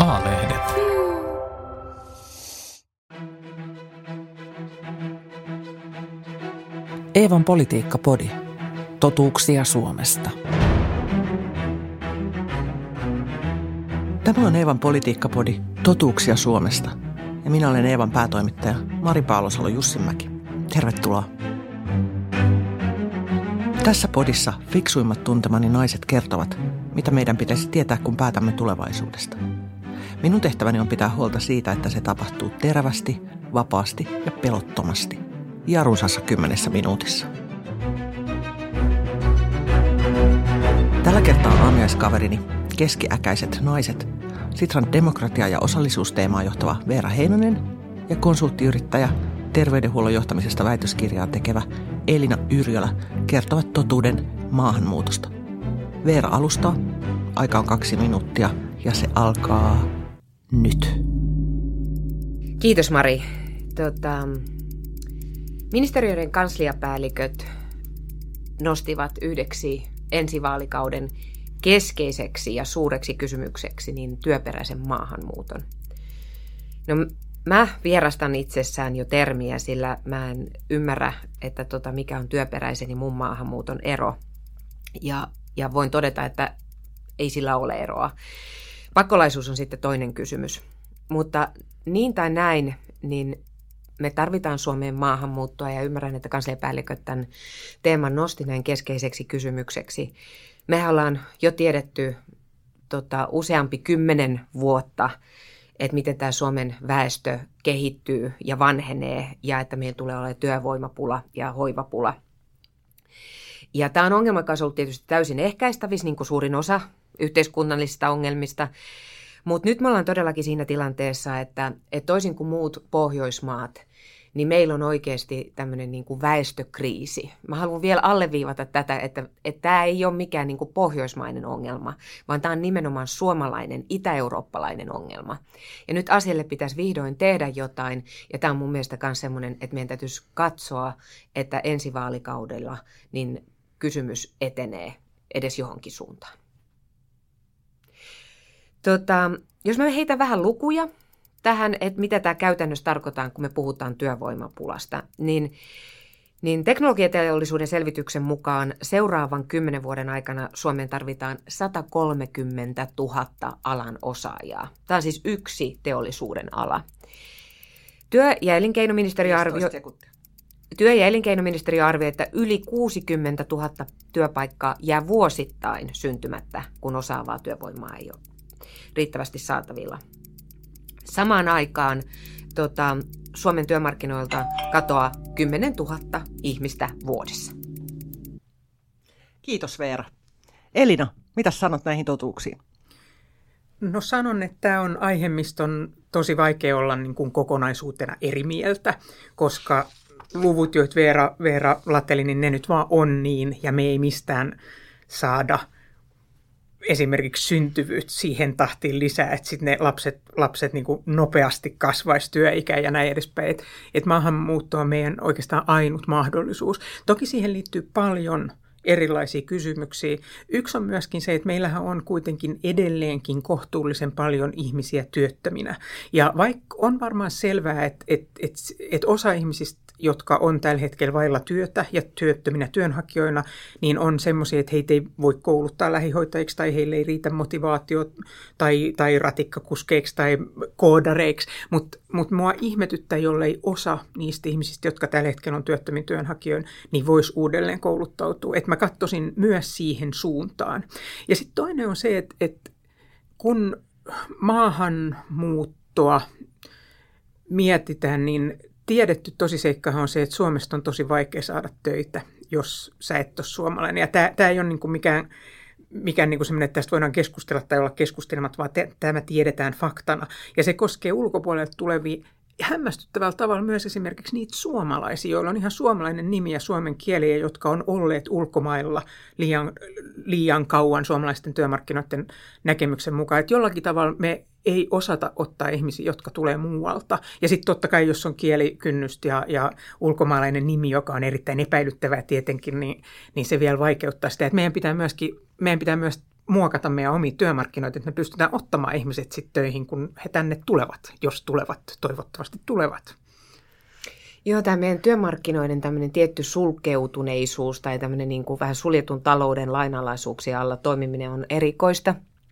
A-lehdet. Eevan politiikkapodi. Totuuksia Suomesta. Tämä on Eevan politiikkapodi. Totuuksia Suomesta. Ja minä olen Eevan päätoimittaja Mari Paalosalo-Jussinmäki. Tervetuloa. Tässä podissa fiksuimmat tuntemani naiset kertovat, mitä meidän pitäisi tietää, kun päätämme tulevaisuudesta. Minun tehtäväni on pitää huolta siitä, että se tapahtuu terävästi, vapaasti ja pelottomasti. Ja runsaassa 10 minuutissa. Tällä kertaa aamiaiskaverini, keskiäkäiset naiset, Sitran demokratia- ja osallisuusteemaa johtava Veera Heinonen ja konsulttiyrittäjä, terveydenhuollon johtamisesta väitöskirjaa tekevä Elina Yrjölä kertovat totuuden maahanmuutosta. Veera alustaa, aika on 2 minuuttia ja se alkaa nyt. Kiitos Mari. Ministeriöiden kansliapäälliköt nostivat yhdeksi ensi vaalikauden keskeiseksi ja suureksi kysymykseksi niin työperäisen maahanmuuton. No, mä vierastan itsessään jo termiä, sillä mä en ymmärrä, että mikä on työperäisen ja muun maahanmuuton ero. Ja voin todeta, että ei sillä ole eroa. Pakolaisuus on sitten toinen kysymys. Mutta niin tai näin, niin me tarvitaan Suomeen maahanmuuttoa ja ymmärrän, että kansliapäälliköt tämän teeman nosti näin keskeiseksi kysymykseksi. Mehän ollaan jo tiedetty useampi 10 vuotta, että miten tämä Suomen väestö kehittyy ja vanhenee ja että meillä tulee olemaan työvoimapula ja hoivapula. Ja tämä on ongelma, joka on ollut tietysti täysin ehkäistävissä, niin kuin suurin osa yhteiskunnallisista ongelmista. Mutta nyt me ollaan todellakin siinä tilanteessa, että toisin kuin muut Pohjoismaat, niin meillä on oikeasti tämmöinen niin kuin väestökriisi. Mä haluan vielä alleviivata tätä, että tämä ei ole mikään niin kuin pohjoismainen ongelma, vaan tämä on nimenomaan suomalainen, itä-eurooppalainen ongelma. Ja nyt asialle pitäisi vihdoin tehdä jotain, ja tämä on mun mielestä myös semmoinen, että meidän täytyisi katsoa, että ensi vaalikaudella niin kysymys etenee edes johonkin suuntaan. Jos mä heitän vähän lukuja tähän, että mitä tämä käytännössä tarkoittaa, kun me puhutaan työvoimapulasta, niin teknologiateollisuuden selvityksen mukaan seuraavan 10 vuoden aikana Suomeen tarvitaan 130 000 alan osaajaa. Tämä on siis yksi teollisuuden ala. Työ- ja elinkeinoministeriö arvioi, että yli 60 000 työpaikkaa jää vuosittain syntymättä, kun osaavaa työvoimaa ei ole riittävästi saatavilla. Samaan aikaan Suomen työmarkkinoilta katoaa 10 000 ihmistä vuodessa. Kiitos Veera. Elina, mitä sanot näihin totuuksiin? No sanon, että tämä on aihe, mistä on tosi vaikea olla niin kuin kokonaisuutena eri mieltä, koska luvut, joita Veera lateli, niin ne nyt vaan on niin, ja me ei mistään saada esimerkiksi syntyvyyttä siihen tahtiin lisää, että sitten ne lapset niin kuin nopeasti kasvaisi työikään ja näin edespäin. Että maahanmuutto on meidän oikeastaan ainut mahdollisuus. Toki siihen liittyy paljon erilaisia kysymyksiä. Yksi on myöskin se, että meillähän on kuitenkin edelleenkin kohtuullisen paljon ihmisiä työttöminä. Ja vaikka on varmaan selvää, että osa ihmisistä, jotka on tällä hetkellä vailla työtä ja työttöminä työnhakijoina, niin on semmoisia, että heitä ei voi kouluttaa lähihoitajiksi tai heille ei riitä motivaatio tai ratikkakuskeiksi tai koodareiksi. Mutta mua ihmetyttää, jollei osa niistä ihmisistä, jotka tällä hetkellä on työttömin työnhakijoina, niin voisi uudelleen kouluttautua. Että mä katsoisin myös siihen suuntaan. Ja sitten toinen on se, että kun maahanmuuttoa mietitään, niin tiedetty tosiseikkahan on se, että Suomesta on tosi vaikea saada töitä, jos sä et ole suomalainen. Ja tämä ei ole niin kuin mikään niin kuin semmoinen, että tästä voidaan keskustella tai olla keskustelematta, vaan tämä tiedetään faktana. Ja se koskee ulkopuolelta tulevia hämmästyttävällä tavalla myös esimerkiksi niitä suomalaisia, joilla on ihan suomalainen nimi ja suomen kieli, ja jotka on olleet ulkomailla liian kauan suomalaisten työmarkkinoiden näkemyksen mukaan. Että jollakin tavalla me ei osata ottaa ihmisiä, jotka tulee muualta. Ja sitten totta kai, jos on kielikynnystä ja ulkomaalainen nimi, joka on erittäin epäilyttävää tietenkin, niin se vielä vaikeuttaa sitä. Että meidän pitää myös muokata meidän omia työmarkkinoita, että me pystytään ottamaan ihmiset sitten töihin, kun he tänne tulevat, jos tulevat, toivottavasti tulevat. Joo, tämä meidän työmarkkinoiden tämmöinen tietty sulkeutuneisuus tai tämmöinen niin kuin vähän suljetun talouden lainalaisuuksien alla toimiminen on erikoista.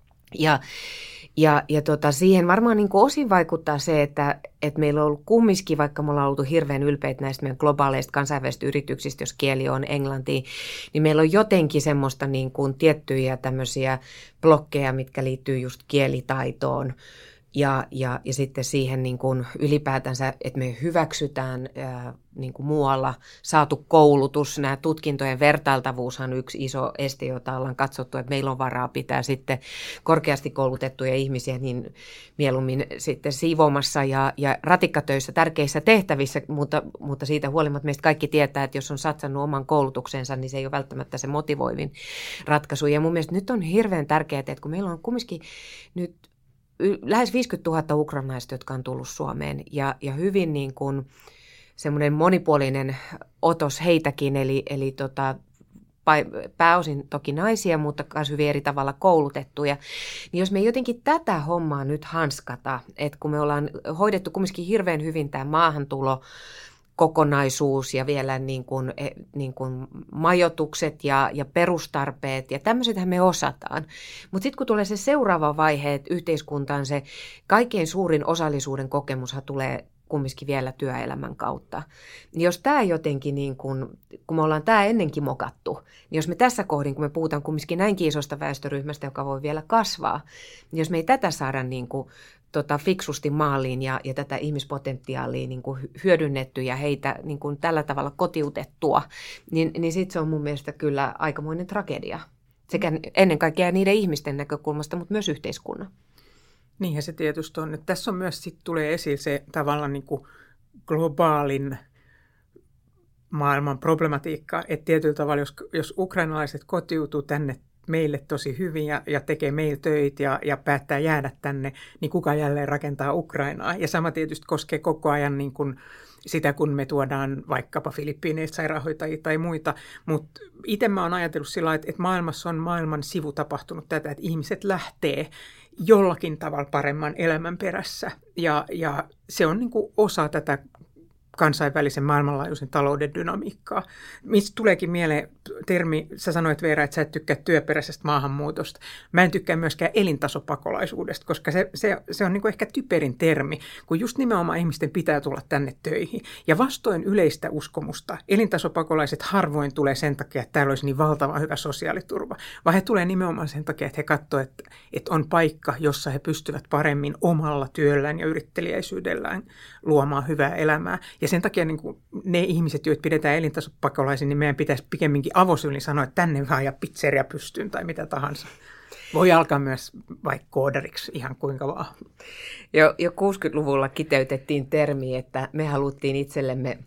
Ja siihen varmaan niin kuin osin vaikuttaa se, että meillä on ollut kumminkin, vaikka me ollaan oltu hirveän ylpeitä näistä meidän globaaleista kansainvälisistä yrityksistä, jos kieli on englantia, niin meillä on jotenkin semmoista niin kuin tiettyjä tämmöisiä blokkeja, mitkä liittyy just kielitaitoon. Ja sitten siihen niin kuin ylipäätänsä, että me hyväksytään niin kuin muualla saatu koulutus. Nämä tutkintojen vertailtavuushan on yksi iso este, jota ollaan katsottu, että meillä on varaa pitää sitten korkeasti koulutettuja ihmisiä niin mieluummin sitten siivoamassa ja ratikkatöissä tärkeissä tehtävissä, mutta siitä huolimatta meistä kaikki tietää, että jos on satsannut oman koulutuksensa, niin se ei ole välttämättä se motivoivin ratkaisu. Ja mun mielestä nyt on hirveän tärkeää, että kun meillä on kumminkin nyt lähes 50 000 ukrainalaista, jotka on tullut Suomeen ja hyvin niin kuin semmoinen monipuolinen otos heitäkin, eli pääosin toki naisia, mutta myös hyvin eri tavalla koulutettuja. Niin jos me jotenkin tätä hommaa nyt hanskata, että kun me ollaan hoidettu kumminkin hirveän hyvin tämä maahantulo, kokonaisuus ja vielä niin kuin majoitukset ja perustarpeet ja tämmöisethän me osataan. Mutta sitten kun tulee se seuraava vaihe, että yhteiskuntaan se kaikkein suurin osallisuuden kokemushan tulee kumminkin vielä työelämän kautta. Niin jos tämä jotenkin, niin kun me ollaan tämä ennenkin mokattu, niin jos me tässä kohdin, kun me puhutaan kumminkin näinkin isosta väestöryhmästä, joka voi vielä kasvaa, niin jos me ei tätä saada niin kuin fiksusti maaliin ja tätä ihmispotentiaalia niin kuin hyödynnetty ja heitä niin kuin tällä tavalla kotiutettua, niin sitten se on mun mielestä kyllä aikamoinen tragedia. Sekä ennen kaikkea niiden ihmisten näkökulmasta, mutta myös yhteiskunnan. Niinhän se tietysti on. Että tässä on myös sitten tulee esiin se tavallaan niin kuin globaalin maailman problematiikka, että tietyllä tavalla, jos ukrainalaiset kotiutuu tänne meille tosi hyvin ja tekee meillä töitä ja päättää jäädä tänne, niin kuka jälleen rakentaa Ukrainaa. Ja sama tietysti koskee koko ajan niin kuin sitä, kun me tuodaan vaikkapa Filippiineistä sairaanhoitajia tai muita. Mutta itse mä oon ajatellut sillä lailla, että maailmassa on maailman sivu tapahtunut tätä, että ihmiset lähtee jollakin tavalla paremman elämän perässä. Ja se on niin kuin osa tätä kansainvälisen maailmanlaajuisen talouden dynamiikkaa. Mistä tuleekin mieleen termi, sä sanoit Veera, että sä et tykkää työperäisestä maahanmuutosta. Mä en tykkää myöskään elintasopakolaisuudesta, koska se on niin kuin ehkä typerin termi, kun just nimenomaan ihmisten pitää tulla tänne töihin. Ja vastoin yleistä uskomusta, elintasopakolaiset harvoin tulee sen takia, että täällä olisi niin valtavan hyvä sosiaaliturva, vaan he tulee nimenomaan sen takia, että he katsovat, että on paikka, jossa he pystyvät paremmin omalla työllään ja yritteliäisyydellään luomaan hyvää elämää. Ja sen takia niin kuin ne ihmiset, joita pidetään elintasopakolaisiin, niin meidän pitäisi pikemminkin avosyylin sanoa, että tänne vaan ja pizzeria pystyyn tai mitä tahansa. Voi alkaa myös vaikka koodariksi ihan kuinka vaan. Jo 60-luvulla kiteytettiin termi, että me haluttiin itsellemme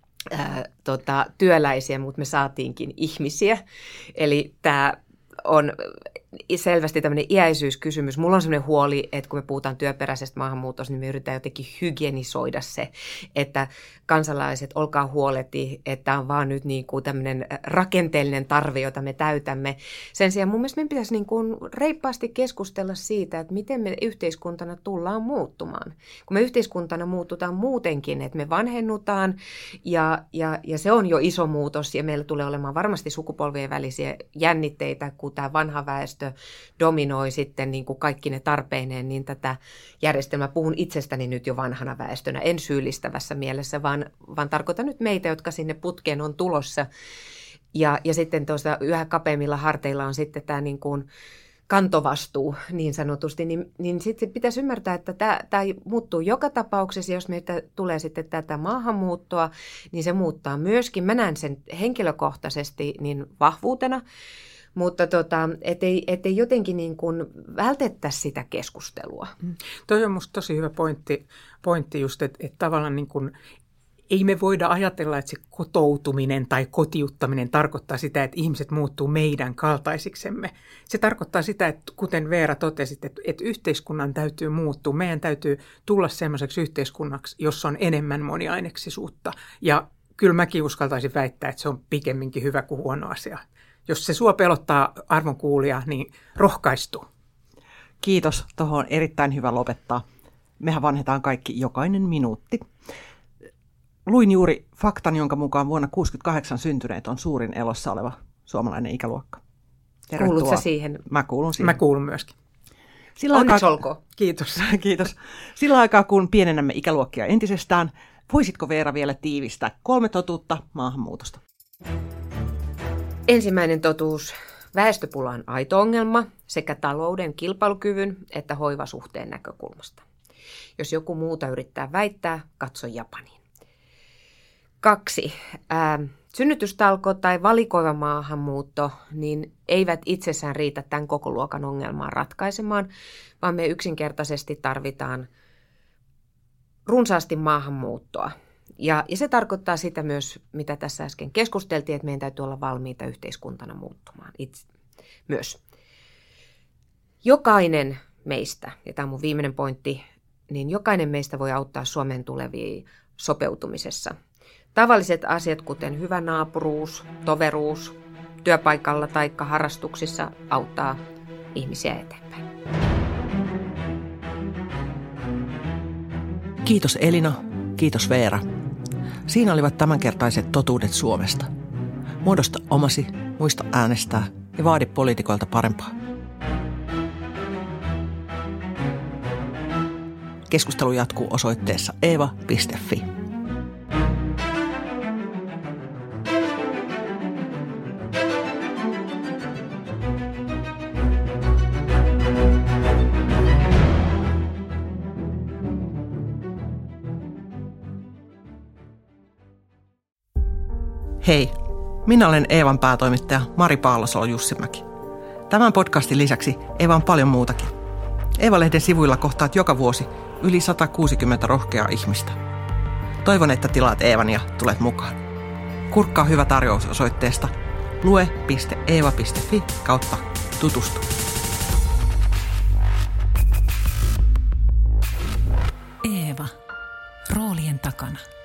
työläisiä, mutta me saatiinkin ihmisiä. Eli tämä on selvästi tämmöinen iäisyyskysymys. Mulla on semmoinen huoli, että kun me puhutaan työperäisestä maahanmuutosta, niin me yritetään jotenkin hygienisoida se, että kansalaiset, olkaa huoleti, että on vaan nyt niin kuin tämmöinen rakenteellinen tarve, jota me täytämme. Sen sijaan mun mielestä meidän pitäisi niin kuin reippaasti keskustella siitä, että miten me yhteiskuntana tullaan muuttumaan. Kun me yhteiskuntana muututaan muutenkin, että me vanhennutaan ja se on jo iso muutos ja meillä tulee olemaan varmasti sukupolvien välisiä jännitteitä, kun tämä vanha väestö dominoi sitten niin kuin kaikki ne tarpeineen, niin tätä järjestelmää puhun itsestäni nyt jo vanhana väestönä, en syyllistävässä mielessä, vaan tarkoitan nyt meitä, jotka sinne putkeen on tulossa. Ja sitten tuossa yhä kapeammilla harteilla on sitten tämä niin kuin kantovastuu niin sanotusti, niin sitten pitäisi ymmärtää, että tämä muuttuu joka tapauksessa, jos meitä tulee sitten tätä maahanmuuttoa, niin se muuttaa myöskin. Mä näen sen henkilökohtaisesti niin vahvuutena, mutta ettei jotenkin niin kuin vältettäisi sitä keskustelua. Toi on musta tosi hyvä pointti just, että tavallaan niin kuin ei me voida ajatella, että se kotoutuminen tai kotiuttaminen tarkoittaa sitä, että ihmiset muuttuu meidän kaltaisiksemme. Se tarkoittaa sitä, että kuten Veera totesit, että yhteiskunnan täytyy muuttua. Meidän täytyy tulla semmoiseksi yhteiskunnaksi, jossa on enemmän moniaineksisuutta. Ja kyllä mäkin uskaltaisin väittää, että se on pikemminkin hyvä kuin huono asia. jos se sua pelottaa, arvon kuulija, niin rohkaistu. Kiitos, tuohon on erittäin hyvä lopettaa. Mehän vanhetaan kaikki jokainen minuutti. Luin juuri faktan, jonka mukaan vuonna 1968 syntyneet on suurin elossa oleva suomalainen ikäluokka. Tervetuloa. Kuulutko siihen? Mä kuulun siihen. Mä kuulun myöskin. Onneksi olkoon. Kiitos. Kiitos. Sillä aikaa, kun pienennämme ikäluokkia entisestään, voisitko Veera vielä tiivistää 3 totuutta maahanmuutosta? Ensimmäinen totuus. Väestöpula on aito ongelma sekä talouden, kilpailukyvyn että hoivasuhteen näkökulmasta. Jos joku muuta yrittää väittää, katso Japaniin. 2. Synnytystalko tai valikoiva maahanmuutto niin eivät itsessään riitä tämän koko luokan ongelmaa ratkaisemaan, vaan me yksinkertaisesti tarvitaan runsaasti maahanmuuttoa. Ja se tarkoittaa sitä myös, mitä tässä äsken keskusteltiin, että meidän täytyy olla valmiita yhteiskuntana muuttumaan myös. Jokainen meistä, ja tämä on mun viimeinen pointti, niin jokainen meistä voi auttaa Suomeen tulevia sopeutumisessa. Tavalliset asiat, kuten hyvä naapuruus, toveruus, työpaikalla tai harrastuksissa auttaa ihmisiä eteenpäin. Kiitos Elina, kiitos Veera. Siinä olivat tämänkertaiset totuudet Suomesta. Muodosta omasi, muista äänestää ja vaadi poliitikoilta parempaa. Keskustelu jatkuu osoitteessa eeva.fi. Hei, minä olen Eevan päätoimittaja Mari Paallasalo-Jussimäki. Tämän podcastin lisäksi Eeva on paljon muutakin. Eeva-lehden sivuilla kohtaat joka vuosi yli 160 rohkeaa ihmistä. Toivon, että tilaat Eevan ja tulet mukaan. Kurkkaa hyvä tarjous osoitteesta lue.eeva.fi/tutustu. Eeva. Roolien takana.